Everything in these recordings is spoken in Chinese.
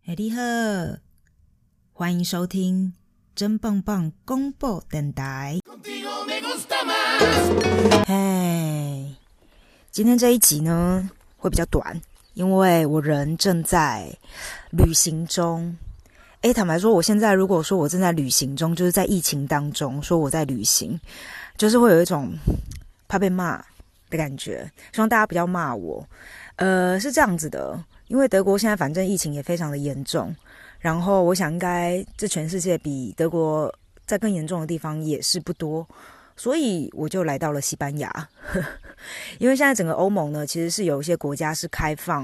你好，欢迎收听真棒棒公布电台。嘿，今天这一集呢会比较短，因为我人正在旅行中。坦白说，我现在如果说我正在旅行中，就是在疫情当中说我在旅行，就是会有一种怕被骂的感觉，希望大家不要骂我。是这样子的，因为德国现在反正疫情也非常的严重，然后我想应该这全世界比德国在更严重的地方也是不多，所以我就来到了西班牙。因为现在整个欧盟呢，其实是有一些国家是开放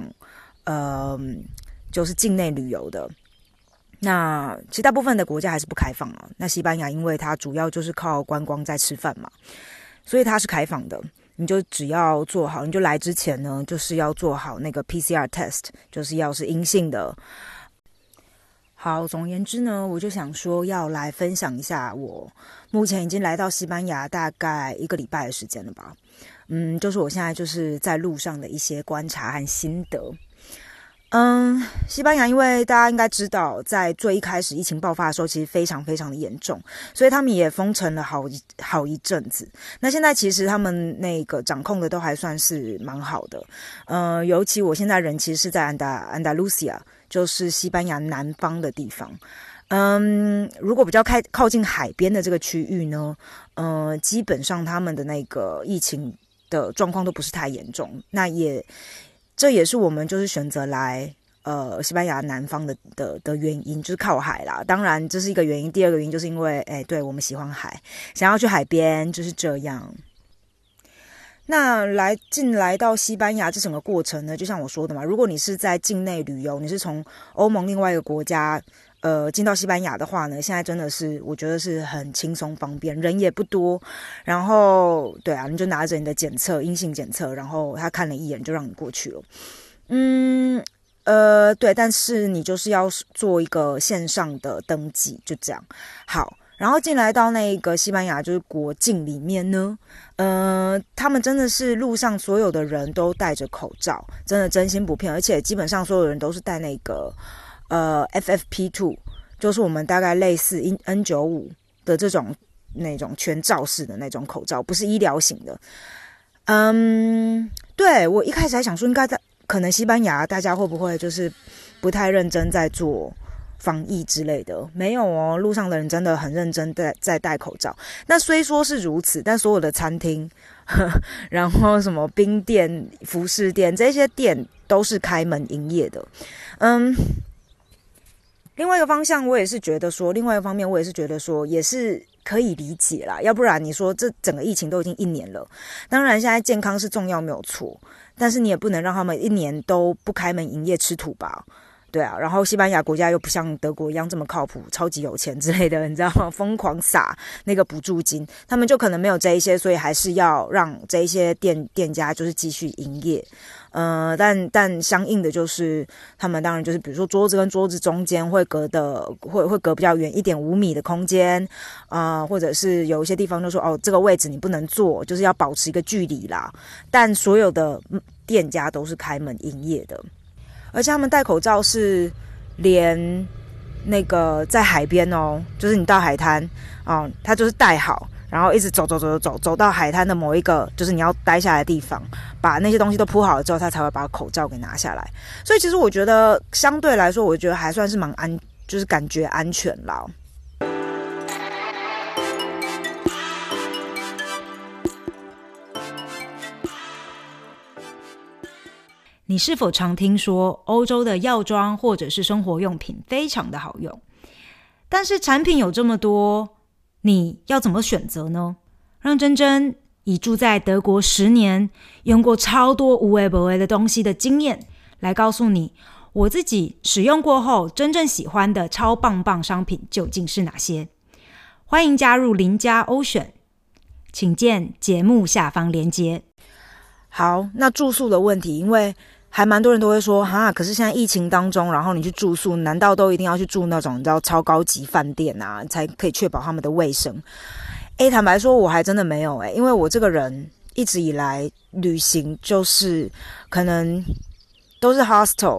就是境内旅游的，那其实大部分的国家还是不开放啊。那西班牙因为它主要就是靠观光在吃饭嘛，所以它是开放的。你就只要做好，你就来之前呢，就是要做好那个 PCR test， 就是要是阴性的。好，总而言之呢，我就想说要来分享一下我目前已经来到西班牙大概1个礼拜的时间了吧。就是我现在就是在路上的一些观察和心得。西班牙因为大家应该知道，在最一开始疫情爆发的时候，其实非常非常的严重，所以他们也封城了好一阵子。那现在其实他们那个掌控的都还算是蛮好的。尤其我现在人其实是在安达卢西亚，就是西班牙南方的地方。如果比较靠近海边的这个区域呢，基本上他们的那个疫情的状况都不是太严重。那这也是我们就是选择来西班牙南方的原因，就是靠海啦。当然这是一个原因，第二个原因就是因为对，我们喜欢海，想要去海边，就是这样。那进来到西班牙这整个过程呢，就像我说的嘛，如果你是在境内旅游，你是从欧盟另外一个国家进到西班牙的话呢，现在真的是我觉得是很轻松方便，人也不多，然后对啊，你就拿着你的阴性检测，然后他看了一眼就让你过去了。对，但是你就是要做一个线上的登记，就这样。好，然后进来到那个西班牙就是国境里面呢，他们真的是路上所有的人都戴着口罩，真心不骗，而且基本上所有人都是戴那个FFP2， 就是我们大概类似 N95 的这种那种全罩式的那种口罩，不是医疗型的。对，我一开始还想说可能西班牙大家会不会就是不太认真在做防疫之类的，没有哦，路上的人真的很认真在戴口罩。那虽说是如此，但所有的餐厅然后什么冰店、服饰店，这些店都是开门营业的。另外一个方面我也是觉得说也是可以理解啦，要不然你说这整个疫情都已经1年了，当然现在健康是重要没有错，但是你也不能让他们1年都不开门营业吃土吧。对啊，然后西班牙国家又不像德国一样这么靠谱，超级有钱之类的，你知道吗？疯狂撒那个补助金，他们就可能没有这一些，所以还是要让这一些店家就是继续营业。但相应的就是他们当然就是比如说桌子跟桌子中间会隔比较远1.5米的空间，或者是有一些地方就说这个位置你不能坐，就是要保持一个距离啦。但所有的店家都是开门营业的。而且他们戴口罩是连那个在海边就是你到海滩他就是戴好，然后一直走到海滩的某一个就是你要待下来的地方，把那些东西都铺好了之后，他才会把口罩给拿下来。所以其实我觉得相对来说，我觉得还算是就是感觉安全啦。 你是否常听说欧洲的药妆或者是生活用品非常的好用，但是产品有这么多，你要怎么选择呢？让珍珍以住在德国10年，用过超多无微不微的东西的经验，来告诉你我自己使用过后真正喜欢的超棒棒商品究竟是哪些。欢迎加入邻家欧选，请见节目下方连结。 好，那住宿的问题，因为还蛮多人都会说可是现在疫情当中，然后你去住宿，难道都一定要去住那种你知道超高级饭店啊，才可以确保他们的卫生？坦白说我还真的没有因为我这个人一直以来旅行就是可能都是 hostel，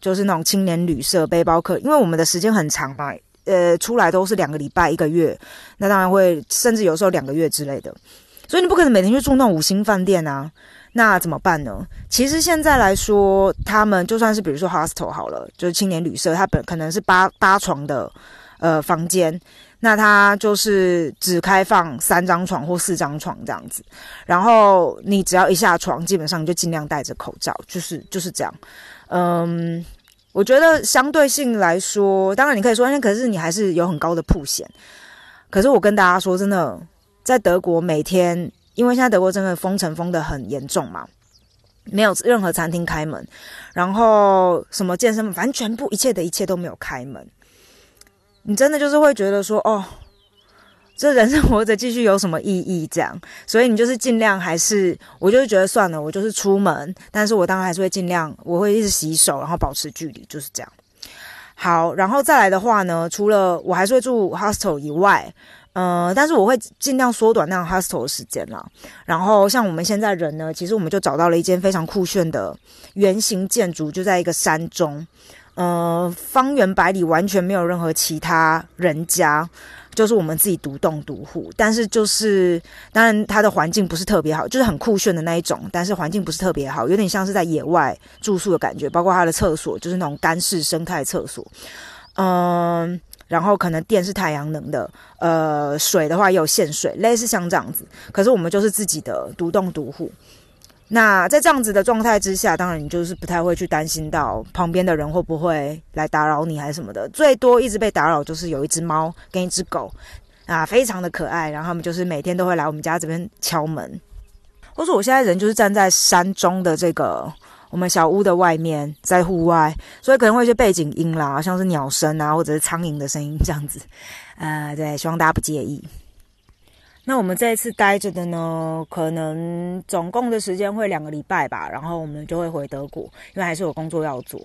就是那种青年旅社、背包客，因为我们的时间很长嘛，出来都是2个礼拜、1个月，那当然会甚至有时候2个月之类的，所以你不可能每天去住那种5星饭店啊。那怎么办呢？其实现在来说，他们就算是比如说 hostel 好了，就是青年旅社，它可能是八床的房间，那它就是只开放3张床或4张床这样子。然后你只要一下床，基本上你就尽量戴着口罩，就是这样。我觉得相对性来说，当然你可以说，可是你还是有很高的曝险。可是我跟大家说，真的，在德国每天。因为现在德国真的封城封得很严重嘛，没有任何餐厅开门，然后什么健身房，反正全部一切都没有开门。你真的就是会觉得说，哦，这人生活着继续有什么意义这样？所以你就是尽量还是，我就是觉得算了，我就是出门，但是我当然还是会尽量，我会一直洗手，然后保持距离，就是这样。好，然后再来的话呢，除了我还是会住 hostel 以外。但是我会尽量缩短那样 hostel 的时间啦。然后像我们现在人呢，其实我们就找到了一间非常酷炫的圆形建筑，就在一个山中，方圆100里完全没有任何其他人家，就是我们自己独栋独户。但是就是当然它的环境不是特别好，就是很酷炫的那一种，但是环境不是特别好，有点像是在野外住宿的感觉。包括它的厕所就是那种干式生态厕所，然后可能电是太阳能的，水的话也有限水，类似像这样子。可是我们就是自己的独栋独户。那在这样子的状态之下，当然你就是不太会去担心到旁边的人会不会来打扰你还是什么的。最多一直被打扰就是有一只猫跟一只狗啊，非常的可爱，然后他们就是每天都会来我们家这边敲门。或者我现在人就是站在山中的这个我们小屋的外面，在户外，所以可能会有一些背景音啦，像是鸟声啊，或者是苍蝇的声音这样子。对，希望大家不介意。那我们这一次待着的呢，可能总共的时间会2个礼拜吧，然后我们就会回德国，因为还是有工作要做。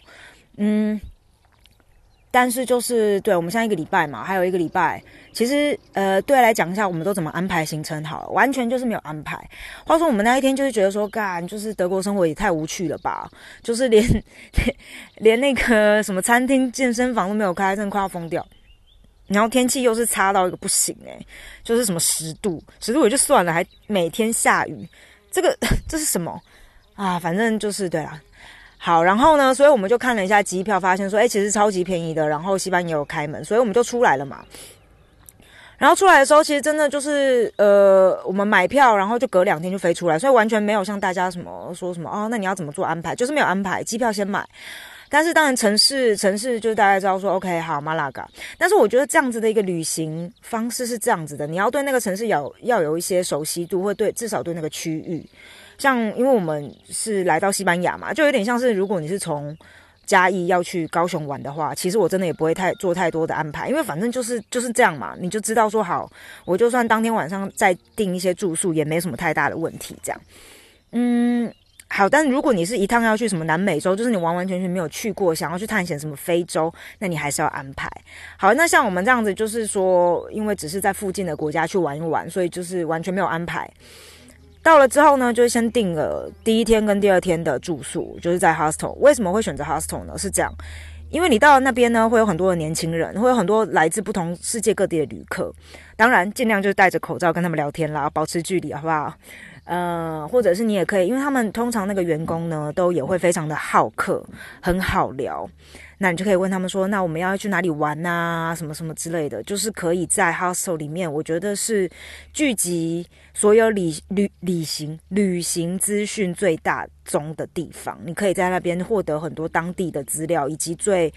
但是就是对我们现在1个礼拜嘛，还有1个礼拜，其实对来讲一下，我们都怎么安排行程好了，完全就是没有安排。话说我们那一天就是觉得说，干，就是德国生活也太无趣了吧，就是连那个什么餐厅、健身房都没有开，真的快要疯掉。然后天气又是差到一个不行就是什么10度也就算了，还每天下雨，这是什么啊？反正就是对啦。好，然后呢，所以我们就看了一下机票，发现说，其实超级便宜的，然后西班牙也有开门，所以我们就出来了嘛。然后出来的时候，其实真的就是我们买票，然后就隔2天就飞出来，所以完全没有像大家什么说什么那你要怎么做安排，就是没有安排，机票先买。但是当然城市就大概知道说 OK 好马拉嘎，但是我觉得这样子的一个旅行方式是这样子的，你要对那个城市要有一些熟悉度，或至少对那个区域。像因为我们是来到西班牙嘛，就有点像是如果你是从嘉义要去高雄玩的话，其实我真的也不会做太多的安排，因为反正就是这样嘛，你就知道说好，我就算当天晚上再订一些住宿也没什么太大的问题这样。好，但如果你是一趟要去什么南美洲，就是你完完全全没有去过，想要去探险什么非洲，那你还是要安排。好，那像我们这样子就是说，因为只是在附近的国家去玩一玩，所以就是完全没有安排。到了之后呢，就先订了第1天跟第2天的住宿，就是在 hostel。为什么会选择 hostel 呢？是这样，因为你到了那边呢，会有很多的年轻人，会有很多来自不同世界各地的旅客。当然，尽量就是戴着口罩跟他们聊天啦，保持距离，好不好？或者是你也可以，因为他们通常那个员工呢，都也会非常的好客，很好聊。那你就可以问他们说，那我们要去哪里玩啊，什么什么之类的，就是可以在 hostel 里面，我觉得是聚集所有旅行资讯最大宗的地方。你可以在那边获得很多当地的资料，以及最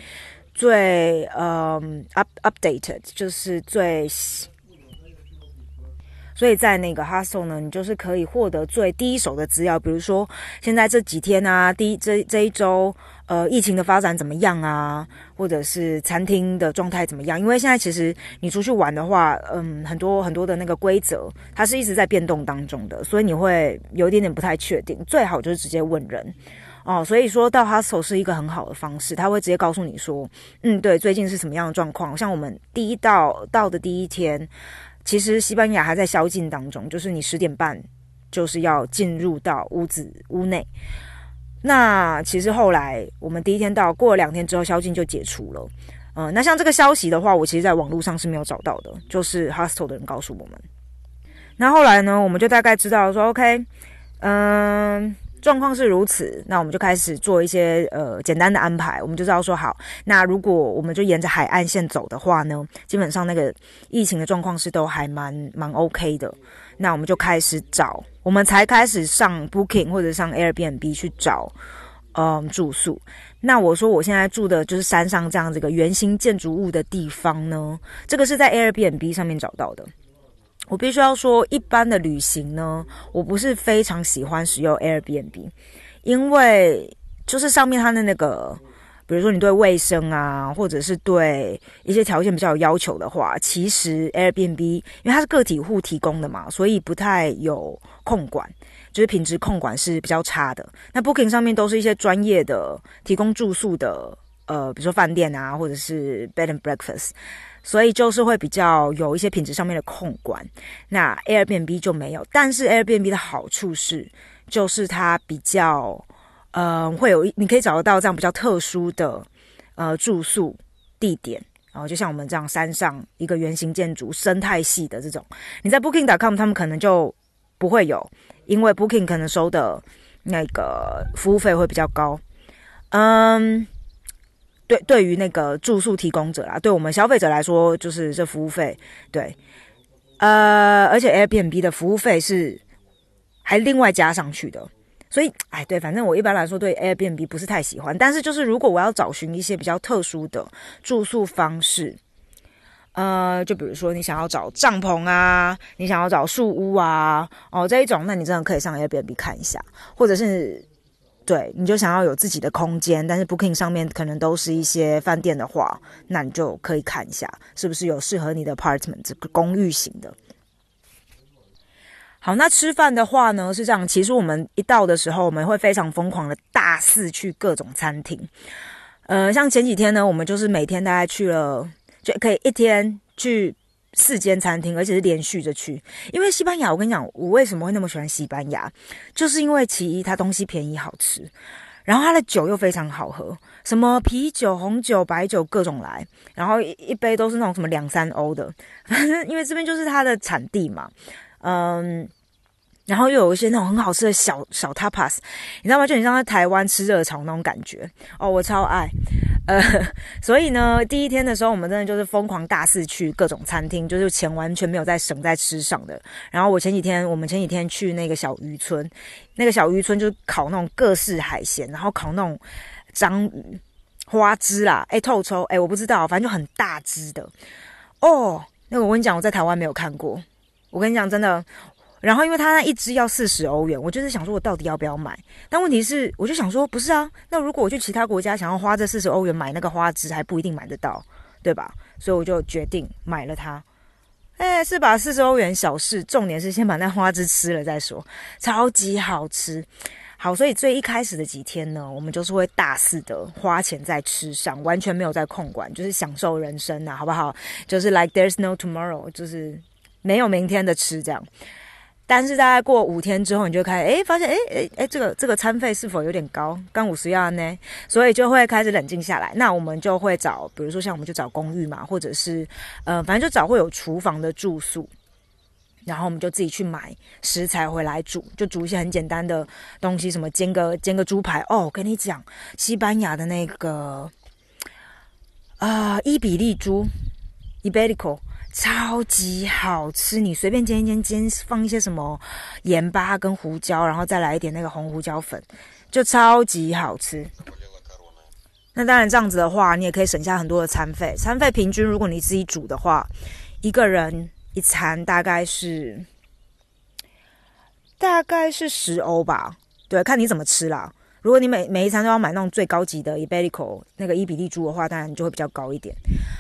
updated， 就是所以在那个 hostel 呢，你就是可以获得最第一手的资料，比如说现在这几天啊，这一周疫情的发展怎么样啊，或者是餐厅的状态怎么样？因为现在其实你出去玩的话，很多很多的那个规则，它是一直在变动当中的，所以你会有一点点不太确定。最好就是直接问人所以说到 hostel 是一个很好的方式，他会直接告诉你说，对，最近是什么样的状况。像我们到的第1天。其实西班牙还在宵禁当中，就是你10点半就是要进入到屋内。 那其实后来我们第一天到，过了2天之后宵禁就解除了。那像这个消息的话，我其实在网络上是没有找到的，就是 hostel 的人告诉我们。那后来呢，我们就大概知道说 OK， 状况是如此，那我们就开始做一些简单的安排。我们就知道说好，那如果我们就沿着海岸线走的话呢，基本上那个疫情的状况是都还蛮 OK 的。那我们就开始找，我们才开始上 Booking 或者上 Airbnb 去找住宿。那我说我现在住的就是山上这样子一个圆形建筑物的地方呢，这个是在 Airbnb 上面找到的。我必须要说，一般的旅行呢，我不是非常喜欢使用 Airbnb， 因为就是上面它的那个，比如说你对卫生啊，或者是对一些条件比较有要求的话，其实 Airbnb 因为它是个体户提供的嘛，所以不太有控管，就是品质控管是比较差的。那 Booking 上面都是一些专业的提供住宿的，比如说饭店啊，或者是 Bed and Breakfast。所以就是会比较有一些品质上面的控管，那 Airbnb 就没有。但是 Airbnb 的好处是，就是它比较会有你可以找得到这样比较特殊的住宿地点，然后就像我们这样山上一个圆形建筑生态系的这种，你在 Booking.com 他们可能就不会有，因为 Booking 可能收的那个服务费会比较高。对于那个住宿提供者啦，对我们消费者来说，就是这服务费，对，而且 Airbnb 的服务费是还另外加上去的，所以，对，反正我一般来说对 Airbnb 不是太喜欢，但是就是如果我要找寻一些比较特殊的住宿方式，就比如说你想要找帐篷啊，你想要找树屋啊，这一种，那你真的可以上 Airbnb 看一下，或者是。对，你就想要有自己的空间，但是 Booking 上面可能都是一些饭店的话，那你就可以看一下，是不是有适合你的 apartment 这个公寓型的。好，那吃饭的话呢，是这样，其实我们一到的时候，我们会非常疯狂的大肆去各种餐厅。像前几天呢，我们就是每天大概去了，就可以一天去4间餐厅，而且是连续着去。因为西班牙，我跟你讲，我为什么会那么喜欢西班牙，就是因为其一它东西便宜好吃，然后它的酒又非常好喝，什么啤酒、红酒、白酒各种来，然后一杯都是那种什么2-3欧的，反正因为这边就是它的产地嘛，然后又有一些那种很好吃的小 tapas， 你知道吗？就很像在台湾吃热炒那种感觉我超爱。所以呢，第一天的时候，我们真的就是疯狂大肆去各种餐厅，就是钱完全没有在省在吃上的。然后我们前几天去那个小渔村，那个小渔村就是烤那种各式海鲜，然后烤那种章鱼、花枝啦，透抽，我不知道，反正就很大只的那个我跟你讲，我在台湾没有看过，我跟你讲真的。然后因为它那一只要40欧元，我就是想说我到底要不要买？但问题是，我就想说不是啊，那如果我去其他国家想要花这40欧元买那个花枝，还不一定买得到，对吧？所以我就决定买了它。是把40欧元小事，重点是先把那花枝吃了再说，超级好吃。好，所以最一开始的几天呢，我们就是会大肆的花钱在吃上，完全没有在控管，就是享受人生啊，好不好？就是 like there's no tomorrow， 就是没有明天的吃这样。但是大概过5天之后，你就开始发现这个餐费是否有点高？刚50亚呢，所以就会开始冷静下来。那我们就会找，比如说像我们就找公寓嘛，或者是反正就找会有厨房的住宿，然后我们就自己去买食材回来煮，就煮一些很简单的东西，什么煎个猪排我跟你讲，西班牙的那个伊比利猪 Iberico。超级好吃，你随便煎放一些什么盐巴跟胡椒，然后再来一点那个红胡椒粉，就超级好吃。那当然这样子的话，你也可以省下很多的餐费。餐费平均如果你自己煮的话，一个人一餐大概是10欧吧，对，看你怎么吃啦。如果你每一餐都要买那种最高级的 Iberico 那个伊比利猪的话，当然你就会比较高一点。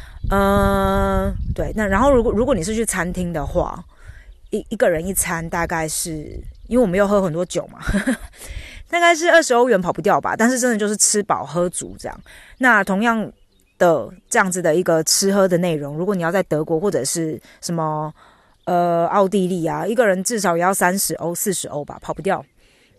对，那然后如果你是去餐厅的话，一个人一餐大概是，因为我们又喝很多酒嘛，大概是20欧元跑不掉吧。但是真的就是吃饱喝足这样。那同样的这样子的一个吃喝的内容，如果你要在德国或者是什么奥地利啊，一个人至少也要30欧40欧吧，跑不掉。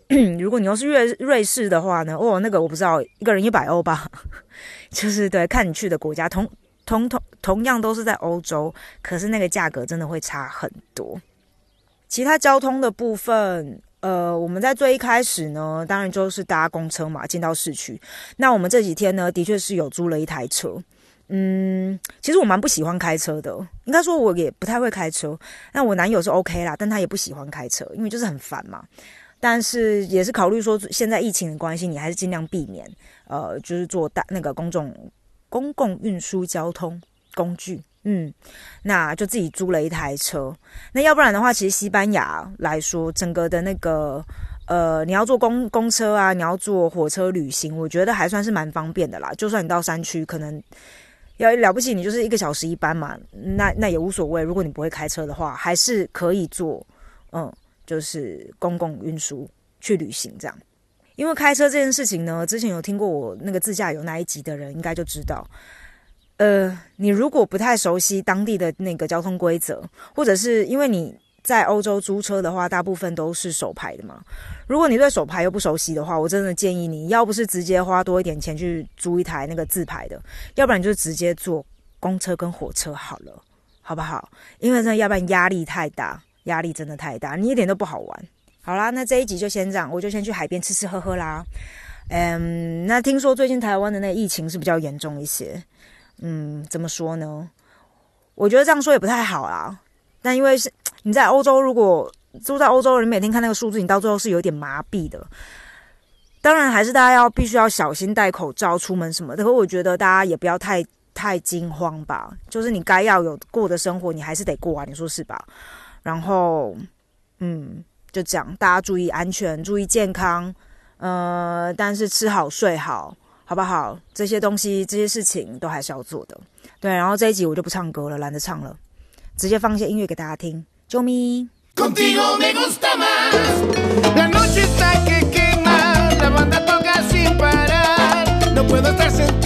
如果你又是瑞士的话呢，那个我不知道，一个人100欧吧，就是对，看你去的国家，同样都是在欧洲，可是那个价格真的会差很多。其他交通的部分，我们在最一开始呢，当然就是搭公车嘛，进到市区。那我们这几天呢，的确是有租了一台车。其实我蛮不喜欢开车的，应该说我也不太会开车。那我男友是 OK 啦，但他也不喜欢开车，因为就是很烦嘛。但是也是考虑说，现在疫情的关系，你还是尽量避免，就是坐那个公共运输交通工具。那就自己租了一台车。那要不然的话，其实西班牙来说，整个的那个你要坐公车啊，你要坐火车旅行，我觉得还算是蛮方便的啦。就算你到山区，可能要了不起，你就是1个小时一班嘛，那也无所谓。如果你不会开车的话，还是可以坐，就是公共运输去旅行这样。因为开车这件事情呢，之前有听过我那个自驾游那一集的人应该就知道，你如果不太熟悉当地的那个交通规则，或者是因为你在欧洲租车的话，大部分都是手排的嘛。如果你对手排又不熟悉的话，我真的建议你要不是直接花多一点钱去租一台那个自排的，要不然就直接坐公车跟火车好了，好不好？因为真的要不然压力太大，压力真的太大，你一点都不好玩。好啦，那这一集就先这样，我就先去海边吃吃喝喝啦。那听说最近台湾的那个疫情是比较严重一些，怎么说呢？我觉得这样说也不太好啦。但因为是你在欧洲，如果住在欧洲，你每天看那个数字，你到最后是有点麻痹的。当然，还是大家必须要小心戴口罩、出门什么的。可我觉得大家也不要太惊慌吧。就是你该要有过的生活，你还是得过啊，你说是吧？然后，就这样，大家注意安全，注意健康，但是吃好睡好，好不好？这些东西、这些事情都还是要做的。对，然后这一集我就不唱歌了，懒得唱了，直接放一些音乐给大家听。啾咪。Contigo me gusta más. La noche está que quema, la banda toca sin parar. No puedo estar sentado.